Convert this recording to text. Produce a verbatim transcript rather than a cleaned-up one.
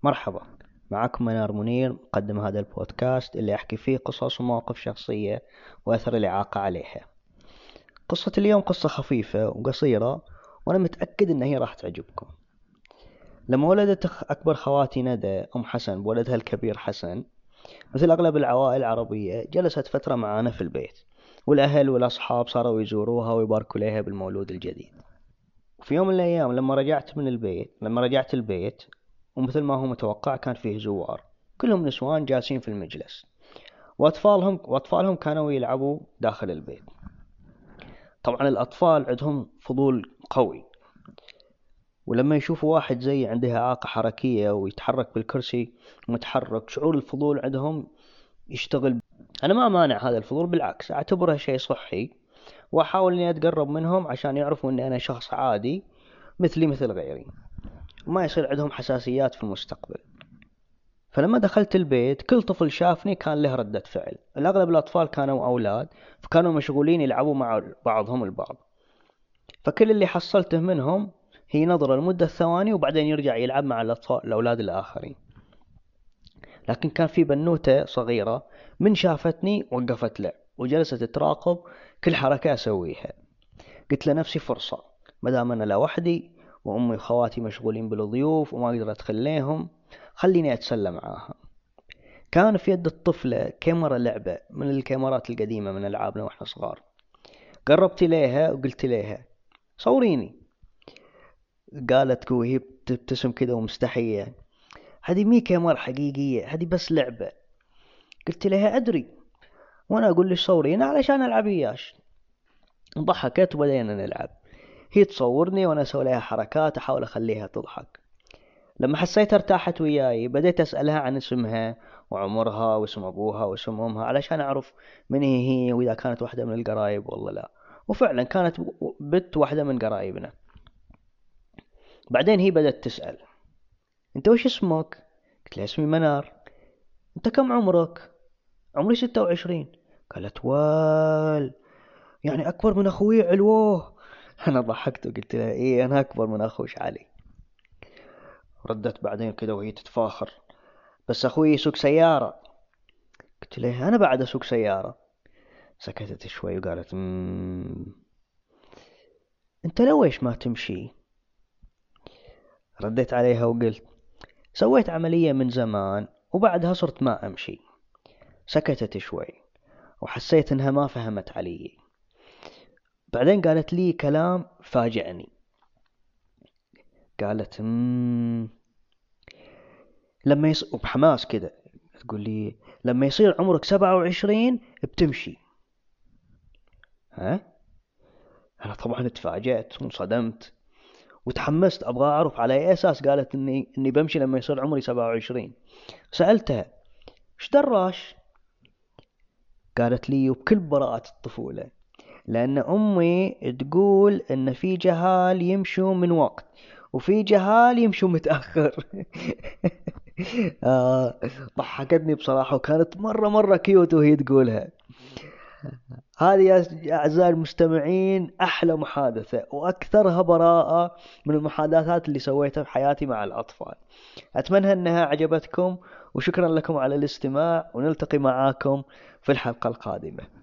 مرحبا، معكم منار منير مقدم هذا البودكاست اللي أحكي فيه قصص ومواقف شخصية وأثر الإعاقة عليها. قصة اليوم قصة خفيفة وقصيرة، وأنا متأكد إن هي راح تعجبكم. لما ولدت أكبر خواتي ندى أم حسن بولدها الكبير حسن، مثل أغلب العوائل العربية جلست فترة معانا في البيت، والأهل والأصحاب صاروا يزوروها ويباركوا لها بالمولود الجديد. وفي يوم من الأيام لما رجعت من البيت لما رجعت البيت ومثل ما هو متوقع كان فيه زوار، كلهم نسوان جالسين في المجلس، وأطفالهم وأطفالهم كانوا يلعبوا داخل البيت. طبعا الأطفال عندهم فضول قوي، ولما يشوفوا واحد زي عنده إعاقة حركية ويتحرك بالكرسي متحرك، شعور الفضول عندهم يشتغل. أنا ما مانع هذا الفضول، بالعكس أعتبره شيء صحي، وأحاول إني أتقرب منهم عشان يعرفوا إني أنا شخص عادي مثلي مثل غيري، وما يصير عندهم حساسيات في المستقبل. فلما دخلت البيت كل طفل شافني كان له ردة فعل. الأغلب الأطفال كانوا أولاد، فكانوا مشغولين يلعبوا مع بعضهم البعض، فكل اللي حصلته منهم هي نظرة لمدة ثواني وبعدين يرجع يلعب مع الأطفال الأولاد الآخرين. لكن كان في بنوتة صغيرة من شافتني وقفت لعب وجلست تراقب كل حركة أسويها. قلت لنفسي فرصة، مدام أنا لوحدي وأمي وخواتي مشغولين بالضيوف وما أقدر أتخليهم، خليني أتسلى معاها. كان في يد الطفلة كاميرا لعبة من الكاميرات القديمة من ألعابنا وإحنا صغار. قربت إليها وقلت لها صوريني. قالت وهي بتبتسم كده ومستحية، هذه مي كاميرا حقيقية، هذه بس لعبة. قلت لها أدري، وأنا أقول لك صورينا علشان ألعب إياش. ضحكت وبدينا نلعب، هي تصورني وأنا أسوي لها حركات أحاول أخليها تضحك. لما حسيت ارتاحت وياي بديت أسألها عن اسمها وعمرها واسم أبوها واسم أمها علشان أعرف من هي هي وإذا كانت واحدة من القرايب والله لا. وفعلا كانت بنت واحدة من قرايبنا. بعدين هي بدأت تسأل أنت وش اسمك؟ قلت لها اسمي منار. أنت كم عمرك؟ عمري ستة وعشرين. قالت وال، يعني أكبر من أخوي علوه. أنا ضحكت وقلت لها إيه، أنا أكبر من أخوش علي. ردت بعدين كده وهي تتفاخر، بس أخوي يسوق سيارة. قلت لها أنا بعد أسوق سيارة. سكتت شوي وقالت مم... أنت لويش ما تمشي؟ رديت عليها وقلت سويت عملية من زمان وبعدها صرت ما أمشي. سكتت شوي وحسيت إنها ما فهمت علي. بعدين قالت لي كلام فاجأني. قالت مم... لما يص... وبحماس كده تقول لي لما يصير عمرك سبعة وعشرين بتمشي. ها؟ أنا طبعا اتفاجأت وانصدمت وتحمست أبغى أعرف على أي أساس قالت إني إني بمشي لما يصير عمري سبعة وعشرين. سألتها إيش دراش؟ قالت لي وبكل براءة الطفولة لأن أمي تقول إن في جهال يمشوا من وقت وفي جهال يمشوا متأخر. آه، ضحكتني بصراحة وكانت مرة مرة كيوت وهي تقولها. هذه يا أعزائي المستمعين أحلى محادثة وأكثرها براءة من المحادثات اللي سويتها في حياتي مع الأطفال. أتمنى أنها عجبتكم، وشكرا لكم على الاستماع، ونلتقي معاكم في الحلقة القادمة.